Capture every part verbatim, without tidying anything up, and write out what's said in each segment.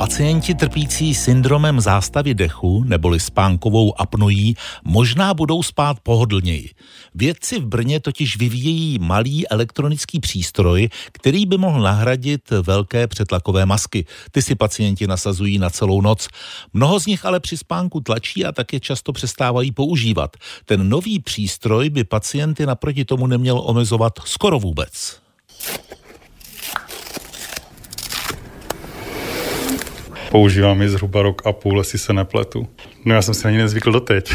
Pacienti trpící syndromem zástavy dechu neboli spánkovou apnoí možná budou spát pohodlněji. Vědci v Brně totiž vyvíjejí malý elektronický přístroj, který by mohl nahradit velké přetlakové masky. Ty si pacienti nasazují na celou noc. Mnoho z nich ale při spánku tlačí a také často přestávají používat. Ten nový přístroj by pacienty naproti tomu neměl omezovat skoro vůbec. Používám ji zhruba rok a půl, jestli se nepletu. No já jsem si ani nezvykl doteď.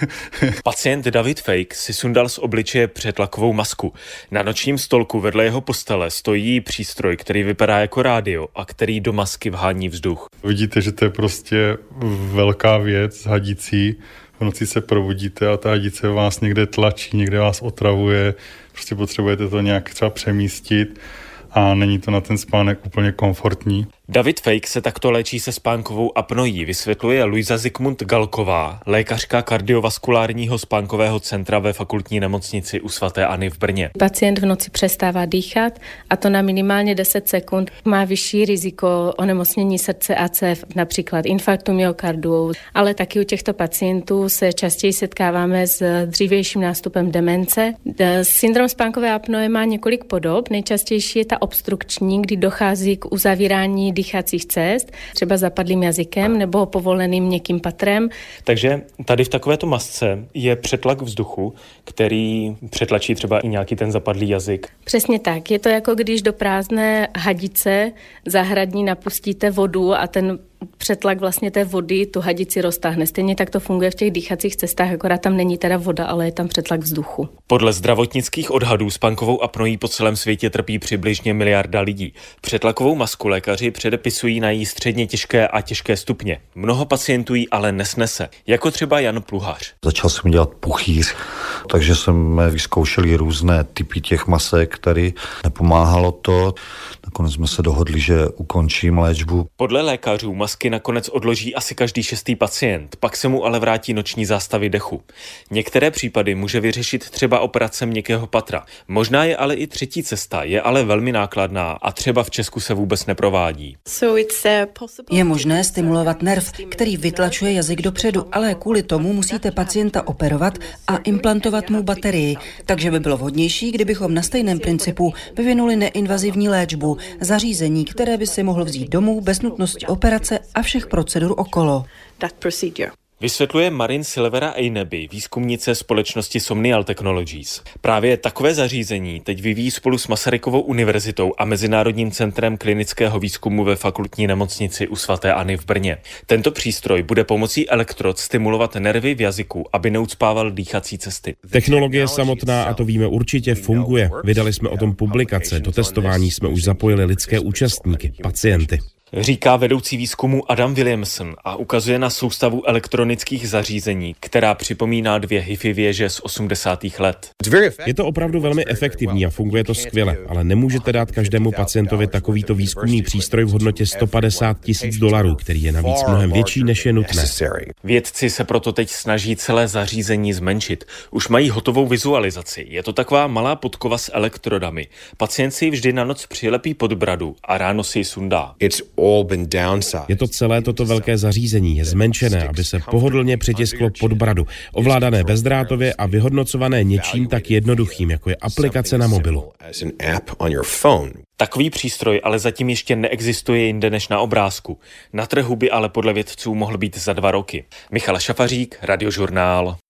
Pacient David Fake si sundal z obličeje přetlakovou masku. Na nočním stolku vedle jeho postele stojí přístroj, který vypadá jako rádio a který do masky vhání vzduch. Vidíte, že to je prostě velká věc, hadicí. V noci se probudíte a ta hadice vás někde tlačí, někde vás otravuje. Prostě potřebujete to nějak třeba přemístit a není to na ten spánek úplně komfortní. David Fake se takto léčí se spánkovou apnoí, vysvětluje Luisa Zikmund Galková, lékařka kardiovaskulárního spánkového centra ve fakultní nemocnici u svaté Anny v Brně. Pacient v noci přestává dýchat a to na minimálně deset sekund. Má vyšší riziko onemocnění srdce a cév, například infarktu myokardu, ale taky u těchto pacientů se častěji setkáváme s dřívějším nástupem demence. Syndrom spánkové apnoe má několik podob. Nejčastější je ta obstrukční, kdy dochází k uzavírání dýchacích cest, třeba zapadlým jazykem nebo povoleným měkkým patrem. Takže tady v takovéto masce je přetlak vzduchu, který přetlačí třeba i nějaký ten zapadlý jazyk. Přesně tak. Je to jako když do prázdné hadice zahradní napustíte vodu a ten přetlak vlastně té vody tu hadici roztáhne. Stejně tak to funguje v těch dýchacích cestách, akorát tam není teda voda, ale je tam přetlak vzduchu. Podle zdravotnických odhadů spánkovou apnoí po celém světě trpí přibližně miliarda lidí. Přetlakovou masku lékaři předepisují na její středně těžké a těžké stupně. Mnoho pacientů ji ale nesnese, jako třeba Jan Pluhař. Začal jsem dělat puchýř, takže jsme vyzkoušeli různé typy těch masek, které nepomáhalo to. Nakonec jsme se dohodli, že ukončím léčbu. Podle lékařů masky nakonec odloží asi každý šestý pacient, pak se mu ale vrátí noční zástavy dechu. Některé případy může vyřešit třeba operace měkkého patra. Možná je ale i třetí cesta, je ale velmi nákladná a třeba v Česku se vůbec neprovádí. Je možné stimulovat nerv, který vytlačuje jazyk dopředu, ale kvůli tomu musíte pacienta operovat a implantovat mu baterii. Takže by bylo vhodnější, kdybychom na stejném principu vyvinuli neinvazivní léčbu, zařízení, které by si mohl vzít domů bez nutnosti operace a všech procedur okolo. Vysvětluje Marin Silvera Eineby, výzkumnice společnosti Somnial Technologies. Právě takové zařízení teď vyvíjí spolu s Masarykovou univerzitou a Mezinárodním centrem klinického výzkumu ve fakultní nemocnici u svaté Anny v Brně. Tento přístroj bude pomocí elektrod stimulovat nervy v jazyku, aby neucpával dýchací cesty. Technologie samotná, a to víme určitě, funguje. Vydali jsme o tom publikace, do testování jsme už zapojili lidské účastníky, pacienty. Říká vedoucí výzkumu Adam Williamson a ukazuje na soustavu elektronických zařízení, která připomíná dvě hi-fi věže z osmdesátých let. Je to opravdu velmi efektivní a funguje to skvěle, ale nemůžete dát každému pacientovi takovýto výzkumný přístroj v hodnotě sto padesát tisíc dolarů, který je navíc mnohem větší, než je nutné. Vědci se proto teď snaží celé zařízení zmenšit. Už mají hotovou vizualizaci. Je to taková malá podkova s elektrodami. Pacient si vždy na noc přilepí pod bradu a ráno si ji sundá. Je to celé toto velké zařízení, je zmenšené, aby se pohodlně přitisklo pod bradu, ovládané bezdrátově a vyhodnocované něčím tak jednoduchým, jako je aplikace na mobilu. Takový přístroj ale zatím ještě neexistuje jinde než na obrázku. Na trhu by ale podle vědců mohl být za dva roky. Michal Šafařík, Radiožurnál.